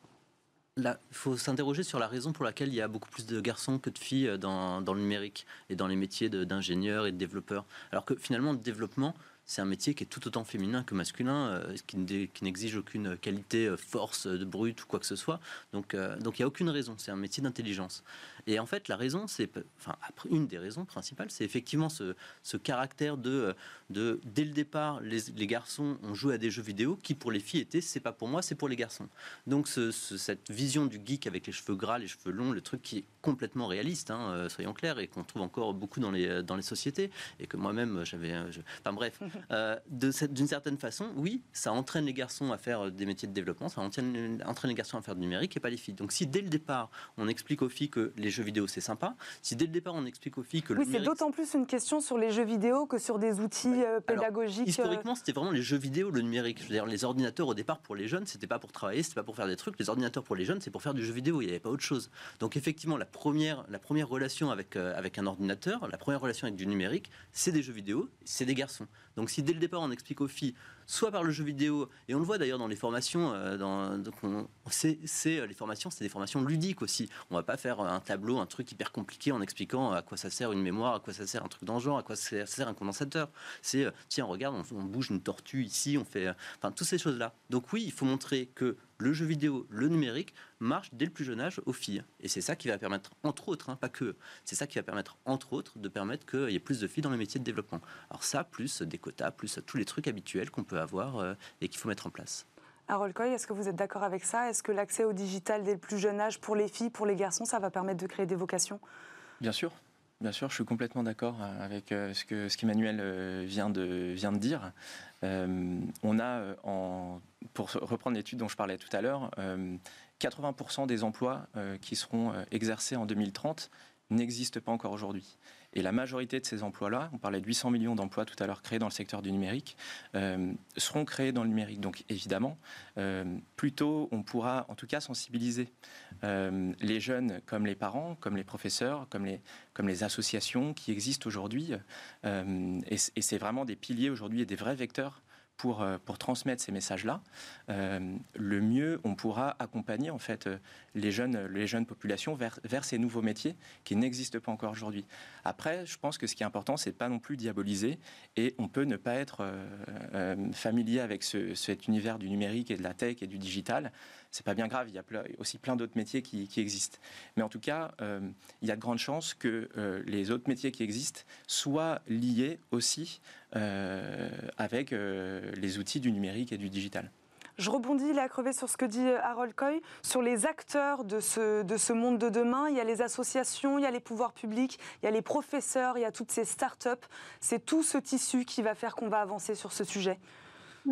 il faut s'interroger sur la raison pour laquelle il y a beaucoup plus de garçons que de filles dans, dans le numérique et dans les métiers de, d'ingénieurs et de développeurs. Alors que finalement, le développement, c'est un métier qui est tout autant féminin que masculin, euh, qui, ne, qui n'exige aucune qualité, euh, force de brute ou quoi que ce soit. Donc, euh, donc il n'y a aucune raison, c'est un métier d'intelligence. Et en fait, la raison, c'est, enfin, une des raisons principales, c'est effectivement ce, ce caractère de, de, dès le départ, les, les garçons ont joué à des jeux vidéo qui, pour les filles, étaient, c'est pas pour moi, c'est pour les garçons. Donc ce, ce, cette vision du geek avec les cheveux gras, les cheveux longs, le truc qui est complètement réaliste, hein, euh, soyons clairs, et qu'on trouve encore beaucoup dans les, dans les sociétés, et que moi-même, j'avais... Je, enfin bref, euh, de cette, d'une certaine façon, oui, ça entraîne les garçons à faire des métiers de développement, ça entraîne, entraîne les garçons à faire du numérique et pas les filles. Donc si dès le départ, on explique aux filles que les jeux vidéo c'est sympa, si dès le départ on explique aux filles que le oui, numérique... c'est d'autant plus une question sur les jeux vidéo que sur des outils euh, pédagogiques. Alors, historiquement, c'était vraiment les jeux vidéo, le numérique. Je veux dire, les ordinateurs au départ pour les jeunes, c'était pas pour travailler, c'était pas pour faire des trucs. Les ordinateurs pour les jeunes, c'est pour faire du jeu vidéo. Il n'y avait pas autre chose. Donc effectivement, la première, la première relation avec euh, avec un ordinateur, la première relation avec du numérique, c'est des jeux vidéo, c'est des garçons. Donc si dès le départ on explique aux filles, soit par le jeu vidéo, et on le voit d'ailleurs dans les formations, euh, dans, donc on, c'est, c'est, les formations, c'est des formations ludiques aussi. On va pas faire un tableau, un truc hyper compliqué en expliquant à quoi ça sert une mémoire, à quoi ça sert un truc dans le genre, à quoi ça sert un condensateur. C'est, euh, tiens, regarde, on, on bouge une tortue ici, on fait... Euh, enfin, toutes ces choses-là. Donc oui, il faut montrer que le jeu vidéo, le numérique, marche dès le plus jeune âge aux filles. Et c'est ça qui va permettre, entre autres, hein, pas que, c'est ça qui va permettre, entre autres, de permettre qu'il y ait plus de filles dans les métiers de développement. Alors ça, plus des quotas, plus tous les trucs habituels qu'on peut avoir euh, et qu'il faut mettre en place. Harold Coy, est-ce que vous êtes d'accord avec ça? Est-ce que l'accès au digital dès le plus jeune âge pour les filles, pour les garçons, ça va permettre de créer des vocations? Bien sûr. Bien sûr, je suis complètement d'accord avec ce, que, ce qu'Emmanuel vient de, vient de dire. Euh, on a, en, pour reprendre l'étude dont je parlais tout à l'heure, euh, quatre-vingts pour cent des emplois euh, qui seront exercés en deux mille trente n'existent pas encore aujourd'hui. Et la majorité de ces emplois-là, on parlait de huit cents millions d'emplois tout à l'heure créés dans le secteur du numérique, euh, seront créés dans le numérique. Donc évidemment, euh, plus tôt on pourra en tout cas sensibiliser euh, les jeunes comme les parents, comme les professeurs, comme les, comme les associations qui existent aujourd'hui. Euh, et, et c'est vraiment des piliers aujourd'hui et des vrais vecteurs Pour, pour transmettre ces messages-là, euh, le mieux on pourra accompagner en fait les jeunes, les jeunes populations vers, vers ces nouveaux métiers qui n'existent pas encore aujourd'hui. Après, je pense que ce qui est important, c'est de pas non plus diaboliser, et on peut ne pas être euh, euh, familier avec ce, cet univers du numérique et de la tech et du digital. C'est pas bien grave, il y a ple- aussi plein d'autres métiers qui, qui existent. Mais en tout cas, euh, il y a de grandes chances que euh, les autres métiers qui existent soient liés aussi euh, avec euh, les outils du numérique et du digital. Je rebondis, Léa Crevet, sur ce que dit Harold Coy, sur les acteurs de ce, de ce monde de demain. Il y a les associations, il y a les pouvoirs publics, il y a les professeurs, il y a toutes ces start-up. C'est tout ce tissu qui va faire qu'on va avancer sur ce sujet. Mmh.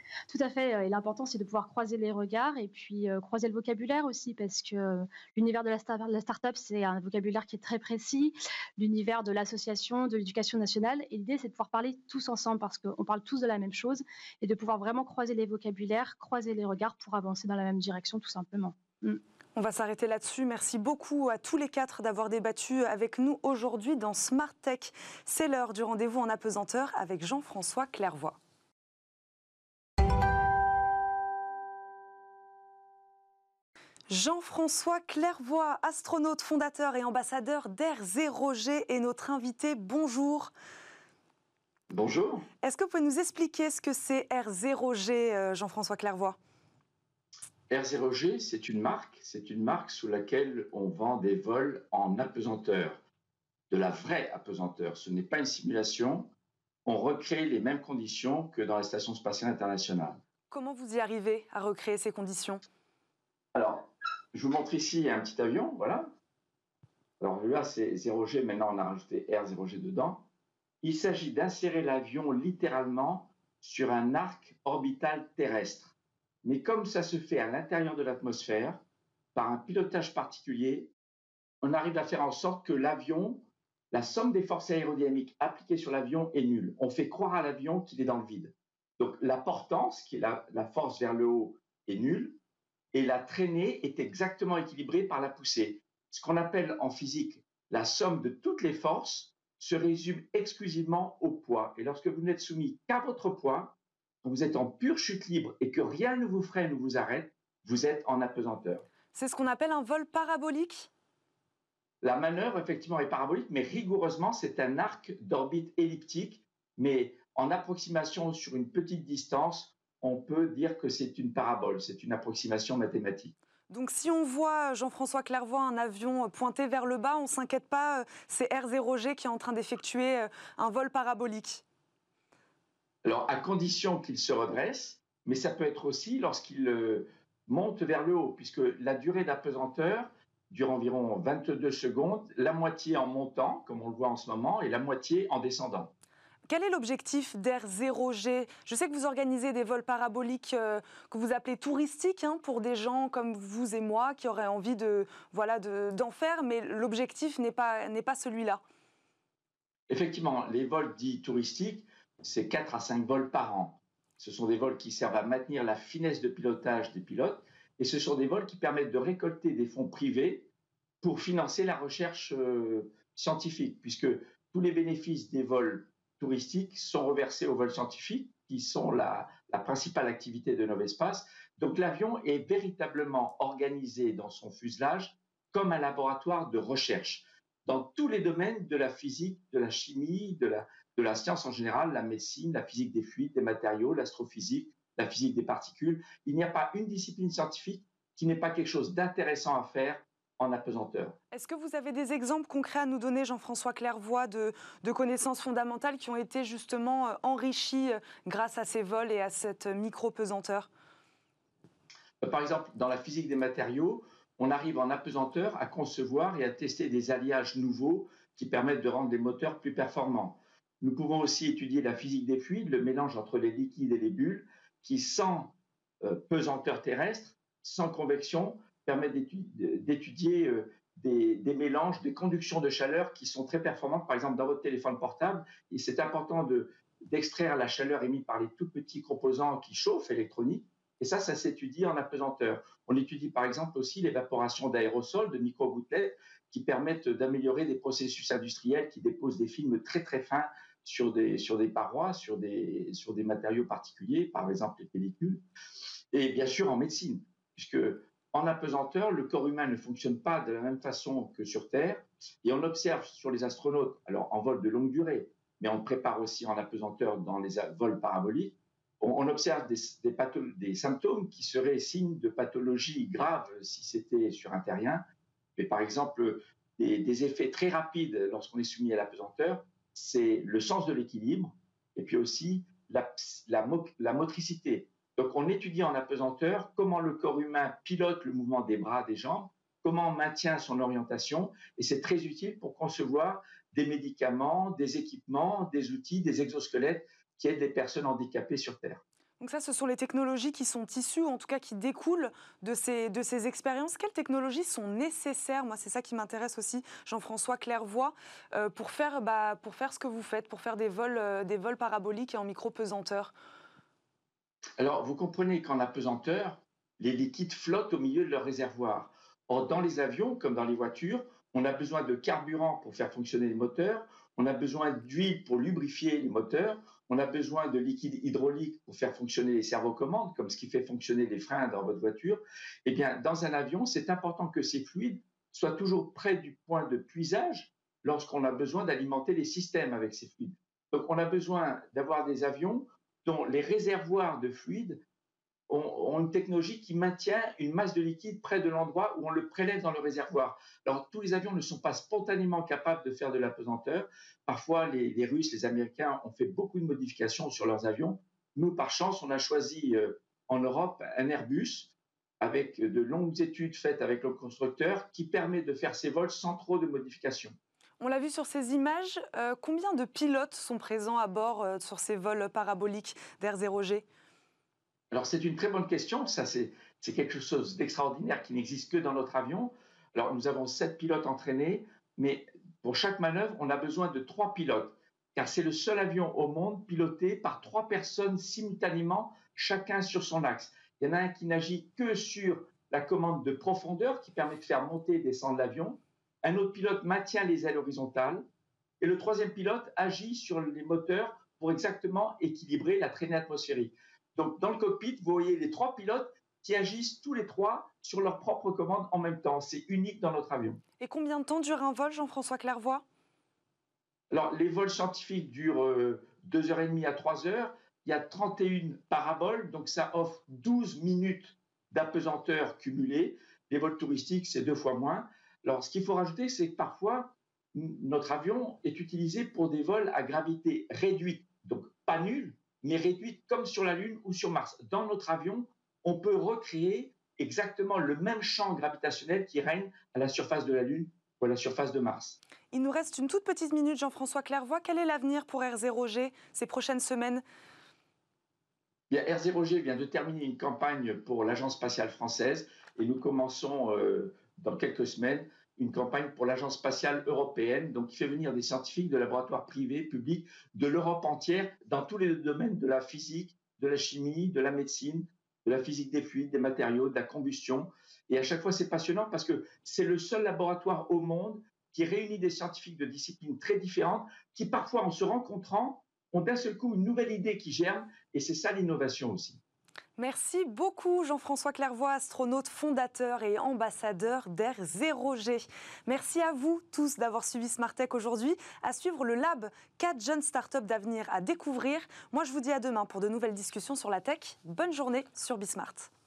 Tout à fait. Et l'important, c'est de pouvoir croiser les regards et puis euh, croiser le vocabulaire aussi, parce que euh, l'univers de la, star- la start-up, c'est un vocabulaire qui est très précis. L'univers de l'association, de l'éducation nationale. Et l'idée, c'est de pouvoir parler tous ensemble, parce qu'on parle tous de la même chose, et de pouvoir vraiment croiser les vocabulaires, croiser les regards pour avancer dans la même direction, tout simplement. Mm. On va s'arrêter là-dessus. Merci beaucoup à tous les quatre d'avoir débattu avec nous aujourd'hui dans Smart Tech. C'est l'heure du rendez-vous en apesanteur avec Jean-François Clairvoy. Jean-François Clairvoy, astronaute, fondateur et ambassadeur d'Air zéro G, est notre invité. Bonjour. Bonjour. Est-ce que vous pouvez nous expliquer ce que c'est Air zéro G, Jean-François Clairvoy ? Air zéro G, c'est une marque, c'est une marque sous laquelle on vend des vols en apesanteur, de la vraie apesanteur. Ce n'est pas une simulation, on recrée les mêmes conditions que dans la Station spatiale internationale. Comment vous y arrivez à recréer ces conditions ? Alors, je vous montre ici un petit avion, voilà. Alors là, c'est zéro G, maintenant on a rajouté Air zéro G dedans. Il s'agit d'insérer l'avion littéralement sur un arc orbital terrestre. Mais comme ça se fait à l'intérieur de l'atmosphère, par un pilotage particulier, on arrive à faire en sorte que l'avion, la somme des forces aérodynamiques appliquées sur l'avion est nulle. On fait croire à l'avion qu'il est dans le vide. Donc la portance, qui est la, la force vers le haut, est nulle, et la traînée est exactement équilibrée par la poussée. Ce qu'on appelle en physique la somme de toutes les forces se résume exclusivement au poids. Et lorsque vous n'êtes soumis qu'à votre poids, quand vous êtes en pure chute libre et que rien ne vous freine ou vous arrête, vous êtes en apesanteur. C'est ce qu'on appelle un vol parabolique ? La manœuvre, effectivement, est parabolique, mais rigoureusement, c'est un arc d'orbite elliptique. Mais en approximation sur une petite distance, on peut dire que c'est une parabole, c'est une approximation mathématique. Donc si on voit, Jean-François Clairvoy, un avion pointé vers le bas, on ne s'inquiète pas, c'est Air zéro G qui est en train d'effectuer un vol parabolique. Alors, à condition qu'il se redresse, mais ça peut être aussi lorsqu'il euh, monte vers le haut, puisque la durée d'apesanteur dure environ vingt-deux secondes, la moitié en montant, comme on le voit en ce moment, et la moitié en descendant. Quel est l'objectif d'Air zéro G ? Je sais que vous organisez des vols paraboliques euh, que vous appelez touristiques, hein, pour des gens comme vous et moi qui auraient envie de, voilà, de, d'en faire, mais l'objectif n'est pas, n'est pas celui-là. Effectivement, les vols dits touristiques, c'est quatre à cinq vols par an. Ce sont des vols qui servent à maintenir la finesse de pilotage des pilotes et ce sont des vols qui permettent de récolter des fonds privés pour financer la recherche euh, scientifique, puisque tous les bénéfices des vols touristiques sont reversés aux vols scientifiques, qui sont la, la principale activité de Novespace. Donc l'avion est véritablement organisé dans son fuselage comme un laboratoire de recherche, dans tous les domaines de la physique, de la chimie, de la, de la science en général, la médecine, la physique des fluides, des matériaux, l'astrophysique, la physique des particules. Il n'y a pas une discipline scientifique qui n'ait pas quelque chose d'intéressant à faire en apesanteur. Est-ce que vous avez des exemples concrets à nous donner, Jean-François Clairvoy, de, de connaissances fondamentales qui ont été justement enrichies grâce à ces vols et à cette micro-pesanteur ? Par exemple, dans la physique des matériaux, on arrive en apesanteur à concevoir et à tester des alliages nouveaux qui permettent de rendre les moteurs plus performants. Nous pouvons aussi étudier la physique des fluides, le mélange entre les liquides et les bulles, qui sans euh, pesanteur terrestre, sans convection, permet d'étudier euh, des, des mélanges, des conductions de chaleur qui sont très performantes, par exemple dans votre téléphone portable. Et c'est important de, d'extraire la chaleur émise par les tout petits composants qui chauffent électroniques. Et ça, ça s'étudie en apesanteur. On étudie par exemple aussi l'évaporation d'aérosols, de micro-gouttelettes, qui permettent d'améliorer des processus industriels qui déposent des films très très fins sur des, sur des parois, sur des, sur des matériaux particuliers, par exemple les pellicules. Et bien sûr en médecine, puisque en apesanteur, le corps humain ne fonctionne pas de la même façon que sur Terre. Et on observe sur les astronautes, alors en vol de longue durée, mais on le prépare aussi en apesanteur dans les vols paraboliques, on observe des, des, patholo- des symptômes qui seraient signes de pathologie grave si c'était sur un terrien. Mais par exemple, des, des effets très rapides lorsqu'on est soumis à l'apesanteur, c'est le sens de l'équilibre et puis aussi la, la, la motricité. Donc on étudie en apesanteur comment le corps humain pilote le mouvement des bras, des jambes, comment on maintient son orientation, et c'est très utile pour concevoir des médicaments, des équipements, des outils, des exosquelettes qui aident les personnes handicapées sur Terre. Donc ça, ce sont les technologies qui sont issues, en tout cas qui découlent de ces, de ces expériences. Quelles technologies sont nécessaires? Moi, c'est ça qui m'intéresse aussi, Jean-François Clairvoy, euh, pour, faire, bah, pour faire ce que vous faites, pour faire des vols, euh, des vols paraboliques et en micro-pesanteur. Alors, vous comprenez qu'en apesanteur, les liquides flottent au milieu de leur réservoir. Or, dans les avions, comme dans les voitures, on a besoin de carburant pour faire fonctionner les moteurs, on a besoin d'huile pour lubrifier les moteurs, on a besoin de liquide hydraulique pour faire fonctionner les servocommandes, comme ce qui fait fonctionner les freins dans votre voiture. Eh bien, dans un avion, c'est important que ces fluides soient toujours près du point de puisage lorsqu'on a besoin d'alimenter les systèmes avec ces fluides. Donc, on a besoin d'avoir des avions dont les réservoirs de fluides ont une technologie qui maintient une masse de liquide près de l'endroit où on le prélève dans le réservoir. Alors, tous les avions ne sont pas spontanément capables de faire de l'apesanteur. Parfois, les, les Russes, les Américains ont fait beaucoup de modifications sur leurs avions. Nous, par chance, on a choisi euh, en Europe un Airbus avec de longues études faites avec le constructeur qui permet de faire ces vols sans trop de modifications. On l'a vu sur ces images, euh, combien de pilotes sont présents à bord euh, sur ces vols paraboliques d'Air zéro G ? Alors, c'est une très bonne question. Ça, c'est, c'est quelque chose d'extraordinaire qui n'existe que dans notre avion. Alors, nous avons sept pilotes entraînés, mais pour chaque manœuvre, on a besoin de trois pilotes, car c'est le seul avion au monde piloté par trois personnes simultanément, chacun sur son axe. Il y en a un qui n'agit que sur la commande de profondeur, qui permet de faire monter et descendre l'avion. Un autre pilote maintient les ailes horizontales. Et le troisième pilote agit sur les moteurs pour exactement équilibrer la traînée atmosphérique. Donc, dans le cockpit, vous voyez les trois pilotes qui agissent tous les trois sur leur propre commande en même temps. C'est unique dans notre avion. Et combien de temps dure un vol, Jean-François Clairvoy ? Alors, les vols scientifiques durent euh, deux heures trente à trois heures. Il y a trente et une paraboles, donc ça offre douze minutes d'apesanteur cumulée. Les vols touristiques, c'est deux fois moins. Alors, ce qu'il faut rajouter, c'est que parfois, notre avion est utilisé pour des vols à gravité réduite, donc pas nulle, mais réduite comme sur la Lune ou sur Mars. Dans notre avion, on peut recréer exactement le même champ gravitationnel qui règne à la surface de la Lune ou à la surface de Mars. Il nous reste une toute petite minute, Jean-François Clairvoy. Quel est l'avenir pour Air zéro G ces prochaines semaines ? Bien, Air zéro G vient de terminer une campagne pour l'Agence spatiale française et nous commençons euh, dans quelques semaines une campagne pour l'Agence spatiale européenne, donc qui fait venir des scientifiques de laboratoires privés, publics, de l'Europe entière, dans tous les domaines de la physique, de la chimie, de la médecine, de la physique des fluides, des matériaux, de la combustion. Et à chaque fois, c'est passionnant parce que c'est le seul laboratoire au monde qui réunit des scientifiques de disciplines très différentes, qui parfois, en se rencontrant, ont d'un seul coup une nouvelle idée qui germe, et c'est ça l'innovation aussi. Merci beaucoup Jean-François Clairvoy, astronaute fondateur et ambassadeur d'Air zéro G. Merci à vous tous d'avoir suivi Smart Tech aujourd'hui. À suivre le Lab, quatre jeunes startups d'avenir à découvrir. Moi je vous dis à demain pour de nouvelles discussions sur la tech. Bonne journée sur Bismart.